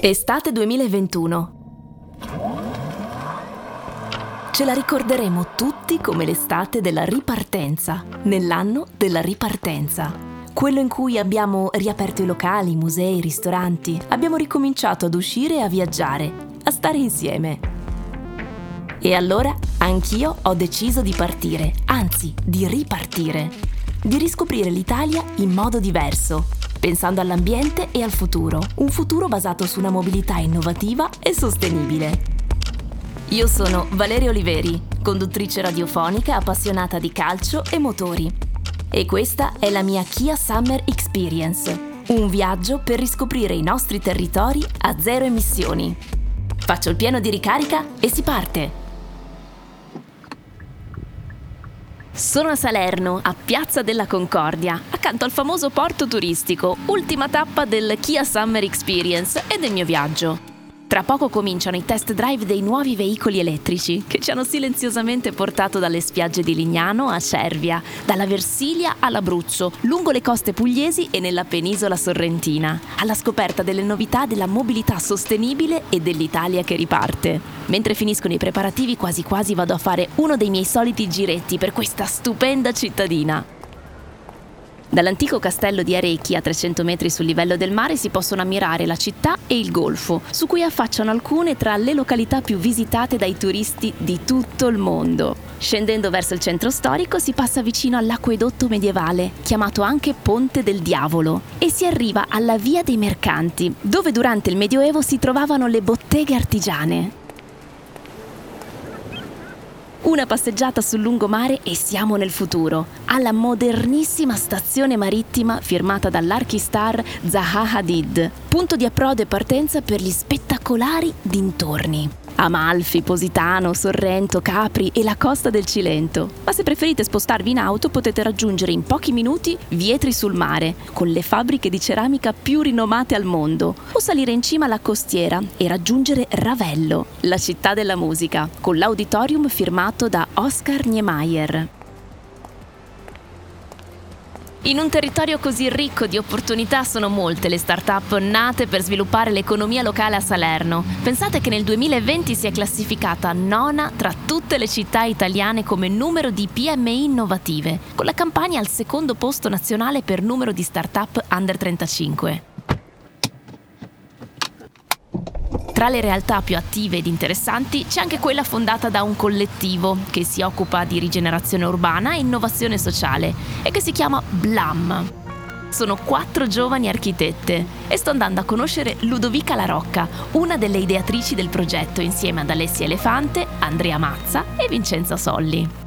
Estate 2021. Ce la ricorderemo tutti come l'estate della ripartenza, nell'anno della ripartenza. Quello in cui abbiamo riaperto i locali, i musei, i ristoranti, abbiamo ricominciato ad uscire e a viaggiare, a stare insieme. E allora anch'io ho deciso di partire, anzi di ripartire, di riscoprire l'Italia in modo diverso, pensando all'ambiente e al futuro, un futuro basato su una mobilità innovativa e sostenibile. Io sono Valeria Oliveri, conduttrice radiofonica appassionata di calcio e motori. E questa è la mia Kia Summer Experience, un viaggio per riscoprire i nostri territori a zero emissioni. Faccio il pieno di ricarica e si parte! Sono a Salerno, a Piazza della Concordia, accanto al famoso porto turistico, ultima tappa del Kia Summer Experience e del mio viaggio. Tra poco cominciano i test drive dei nuovi veicoli elettrici che ci hanno silenziosamente portato dalle spiagge di Lignano a Cervia, dalla Versilia all'Abruzzo, lungo le coste pugliesi e nella penisola sorrentina, alla scoperta delle novità della mobilità sostenibile e dell'Italia che riparte. Mentre finiscono i preparativi, quasi quasi vado a fare uno dei miei soliti giretti per questa stupenda cittadina. Dall'antico castello di Arecchi, a 300 metri sul livello del mare, si possono ammirare la città e il golfo, su cui affacciano alcune tra le località più visitate dai turisti di tutto il mondo. Scendendo verso il centro storico si passa vicino all'acquedotto medievale, chiamato anche Ponte del Diavolo, e si arriva alla Via dei Mercanti, dove durante il Medioevo si trovavano le botteghe artigiane. Una passeggiata sul lungomare e siamo nel futuro, alla modernissima stazione marittima firmata dall'archistar Zaha Hadid, punto di approdo e partenza per gli spettacolari dintorni. Amalfi, Positano, Sorrento, Capri e la costa del Cilento. Ma se preferite spostarvi in auto potete raggiungere in pochi minuti Vietri sul Mare, con le fabbriche di ceramica più rinomate al mondo, o salire in cima alla costiera e raggiungere Ravello, la città della musica, con l'auditorium firmato da Oscar Niemeyer. In un territorio così ricco di opportunità sono molte le start-up nate per sviluppare l'economia locale a Salerno. Pensate che nel 2020 si è classificata nona tra tutte le città italiane come numero di PMI innovative, con la Campania al secondo posto nazionale per numero di start-up under 35. Tra le realtà più attive ed interessanti c'è anche quella fondata da un collettivo che si occupa di rigenerazione urbana e innovazione sociale e che si chiama BLAM. Sono 4 giovani architette e sto andando a conoscere Ludovica La Rocca, una delle ideatrici del progetto, insieme ad Alessia Elefante, Andrea Mazza e Vincenza Solli.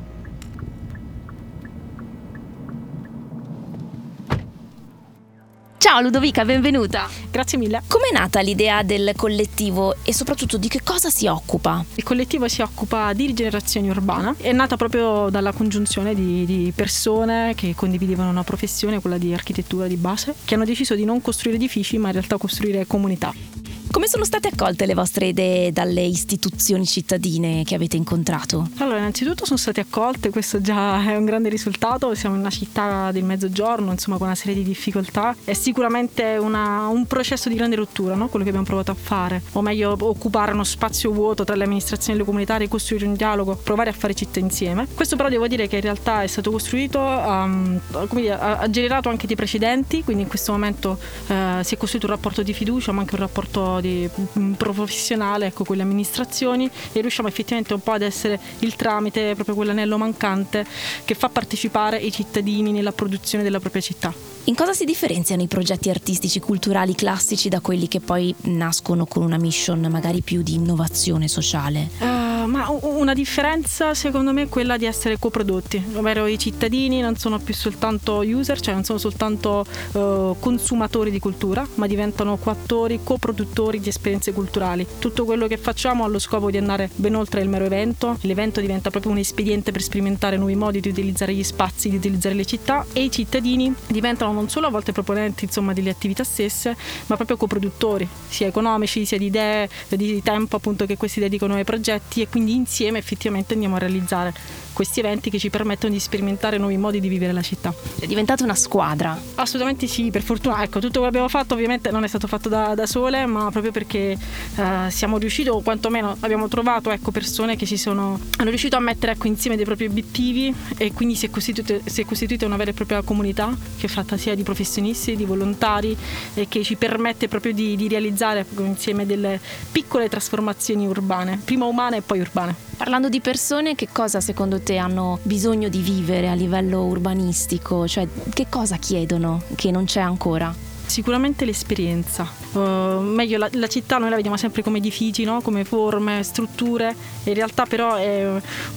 Ciao Ludovica, benvenuta. Grazie mille. Com'è nata l'idea del collettivo e soprattutto di che cosa si occupa? Il collettivo si occupa di rigenerazione urbana. È nata proprio dalla congiunzione di persone che condividevano una professione, quella di architettura di base, che hanno deciso di non costruire edifici ma in realtà costruire comunità. Come sono state accolte le vostre idee dalle istituzioni cittadine che avete incontrato? Allora, innanzitutto sono state accolte, questo già è un grande risultato. Siamo in una città del mezzogiorno, insomma, con una serie di difficoltà. È sicuramente un processo di grande rottura, no? Quello che abbiamo provato a fare, o meglio occupare uno spazio vuoto tra le amministrazioni e le comunità, ricostruire un dialogo, provare a fare città insieme. Questo però devo dire che in realtà è stato costruito, ha generato anche dei precedenti, quindi in questo momento si è costruito un rapporto di fiducia, ma anche un rapporto professionale, ecco, con le amministrazioni, e riusciamo effettivamente un po' ad essere il tramite, proprio quell'anello mancante che fa partecipare i cittadini nella produzione della propria città. In cosa si differenziano i progetti artistici culturali classici da quelli che poi nascono con una mission magari più di innovazione sociale? Ma una differenza secondo me è quella di essere coprodotti, ovvero i cittadini non sono più soltanto user, cioè non sono soltanto consumatori di cultura, ma diventano coattori, coproduttori di esperienze culturali. Tutto quello che facciamo ha lo scopo di andare ben oltre il mero evento. L'evento diventa proprio un espediente per sperimentare nuovi modi di utilizzare gli spazi, di utilizzare le città, e i cittadini diventano non solo a volte proponenti, insomma, delle attività stesse, ma proprio coproduttori, sia economici, sia di idee, di tempo appunto che questi dedicano ai progetti, e quindi insieme effettivamente andiamo a realizzare questi eventi che ci permettono di sperimentare nuovi modi di vivere la città. È diventata una squadra. Assolutamente sì, per fortuna. Ecco, tutto quello che abbiamo fatto ovviamente non è stato fatto da sole, ma proprio perché siamo riusciti, o quantomeno abbiamo trovato persone che hanno riuscito a mettere insieme dei propri obiettivi, e quindi si è costituita una vera e propria comunità che è fatta sia di professionisti, di volontari, e che ci permette proprio di realizzare insieme delle piccole trasformazioni urbane, prima umane e poi urbane. Parlando di persone, che cosa secondo te hanno bisogno di vivere a livello urbanistico? Cioè, che cosa chiedono che non c'è ancora? Sicuramente l'esperienza, meglio la città noi la vediamo sempre come edifici, no? Come forme, strutture, in realtà però è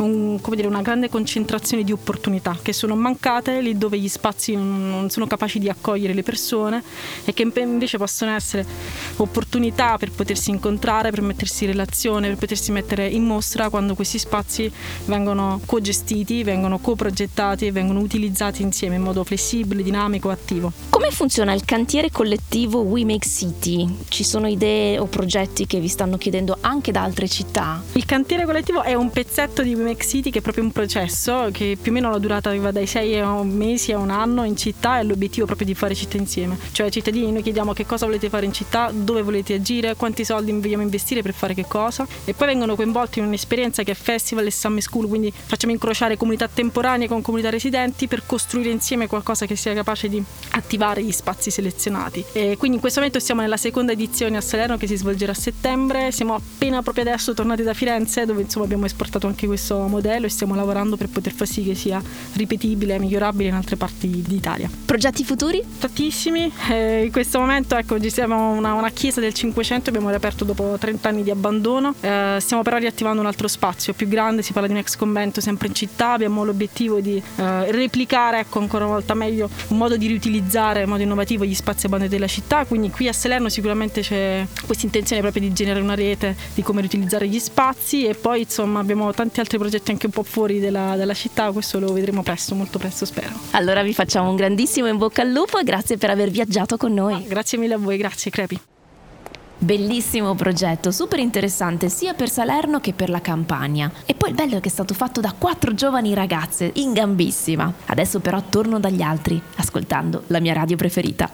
una grande concentrazione di opportunità che sono mancate lì dove gli spazi non sono capaci di accogliere le persone, e che invece possono essere opportunità per potersi incontrare, per mettersi in relazione, per potersi mettere in mostra quando questi spazi vengono co-gestiti, vengono co-progettati e vengono utilizzati insieme in modo flessibile, dinamico, attivo. Come funziona il cantiere collettivo We Make City? Ci sono idee o progetti che vi stanno chiedendo anche da altre città? Il cantiere collettivo è un pezzetto di We Make City, che è proprio un processo che più o meno la durata va dai 6 mesi a un anno in città, e l'obiettivo proprio di fare città insieme. Cioè ai cittadini noi chiediamo che cosa volete fare in città, dove volete agire, quanti soldi vogliamo investire per fare che cosa, e poi vengono coinvolti in un'esperienza che è festival e summer school, quindi facciamo incrociare comunità temporanee con comunità residenti per costruire insieme qualcosa che sia capace di attivare gli spazi selezionati. E quindi in questo momento siamo nella seconda edizione a Salerno, che si svolgerà a settembre. Siamo appena proprio adesso tornati da Firenze, dove abbiamo esportato anche questo modello, e stiamo lavorando per poter far sì che sia ripetibile e migliorabile in altre parti d'Italia. Progetti futuri? Tantissimi. In questo momento ci siamo una chiesa del 500, abbiamo riaperto dopo 30 anni di abbandono. Stiamo però riattivando un altro spazio più grande, si parla di un ex convento sempre in città. Abbiamo l'obiettivo di replicare ancora una volta meglio un modo di riutilizzare in modo innovativo gli spazi abbandonati della città, quindi qui a Salerno sicuramente c'è questa intenzione proprio di generare una rete di come riutilizzare gli spazi, e poi abbiamo tanti altri progetti anche un po' fuori della città. Questo lo vedremo presto, molto presto spero. Allora vi facciamo un grandissimo in bocca al lupo e grazie per aver viaggiato con noi. Grazie mille a voi, grazie Crepi. Bellissimo progetto, super interessante sia per Salerno che per la Campania. E poi il bello è che è stato fatto da 4 giovani ragazze, in gambissima. Adesso però torno dagli altri, ascoltando la mia radio preferita.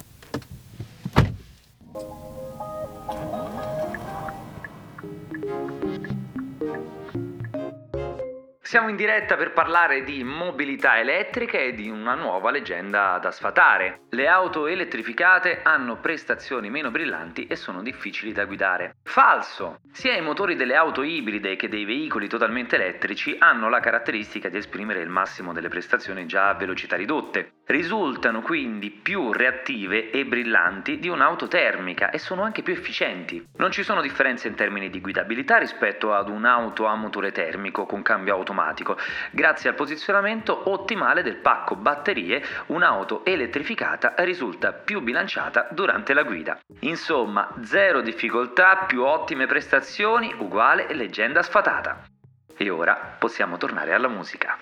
Siamo in diretta per parlare di mobilità elettrica e di una nuova leggenda da sfatare. Le auto elettrificate hanno prestazioni meno brillanti e sono difficili da guidare. Falso! Sia i motori delle auto ibride che dei veicoli totalmente elettrici hanno la caratteristica di esprimere il massimo delle prestazioni già a velocità ridotte. Risultano quindi più reattive e brillanti di un'auto termica e sono anche più efficienti. Non ci sono differenze in termini di guidabilità rispetto ad un'auto a motore termico con cambio automatico. Grazie al posizionamento ottimale del pacco batterie, un'auto elettrificata risulta più bilanciata durante la guida. Insomma, zero difficoltà, più ottime prestazioni, uguale leggenda sfatata. E ora possiamo tornare alla musica.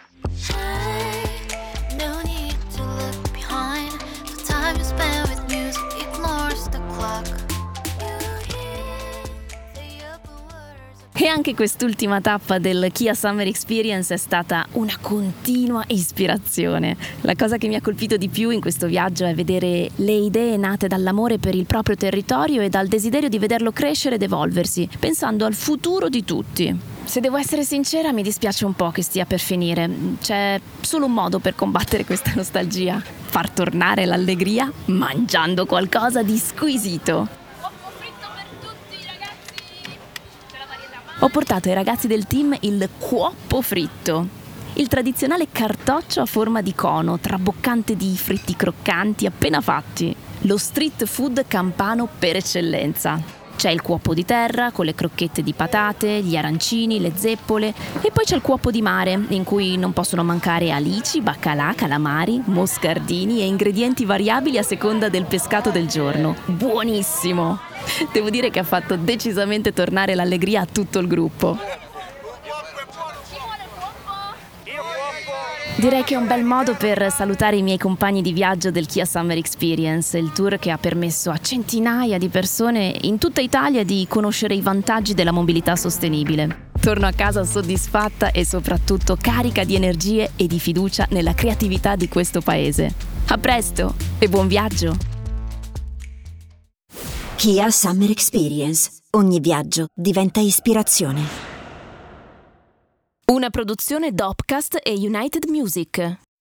E anche quest'ultima tappa del Kia Summer Experience è stata una continua ispirazione. La cosa che mi ha colpito di più in questo viaggio è vedere le idee nate dall'amore per il proprio territorio e dal desiderio di vederlo crescere ed evolversi, pensando al futuro di tutti. Se devo essere sincera, mi dispiace un po' che stia per finire. C'è solo un modo per combattere questa nostalgia: far tornare l'allegria mangiando qualcosa di squisito. Ho portato ai ragazzi del team il cuoppo fritto, il tradizionale cartoccio a forma di cono, traboccante di fritti croccanti appena fatti, lo street food campano per eccellenza. C'è il cuoppo di terra con le crocchette di patate, gli arancini, le zeppole, e poi c'è il cuoppo di mare, in cui non possono mancare alici, baccalà, calamari, moscardini e ingredienti variabili a seconda del pescato del giorno. Buonissimo! Devo dire che ha fatto decisamente tornare l'allegria a tutto il gruppo. Direi che è un bel modo per salutare i miei compagni di viaggio del Kia Summer Experience, il tour che ha permesso a centinaia di persone in tutta Italia di conoscere i vantaggi della mobilità sostenibile. Torno a casa soddisfatta e soprattutto carica di energie e di fiducia nella creatività di questo paese. A presto e buon viaggio! Kia Summer Experience. Ogni viaggio diventa ispirazione. Una produzione Dopcast e United Music.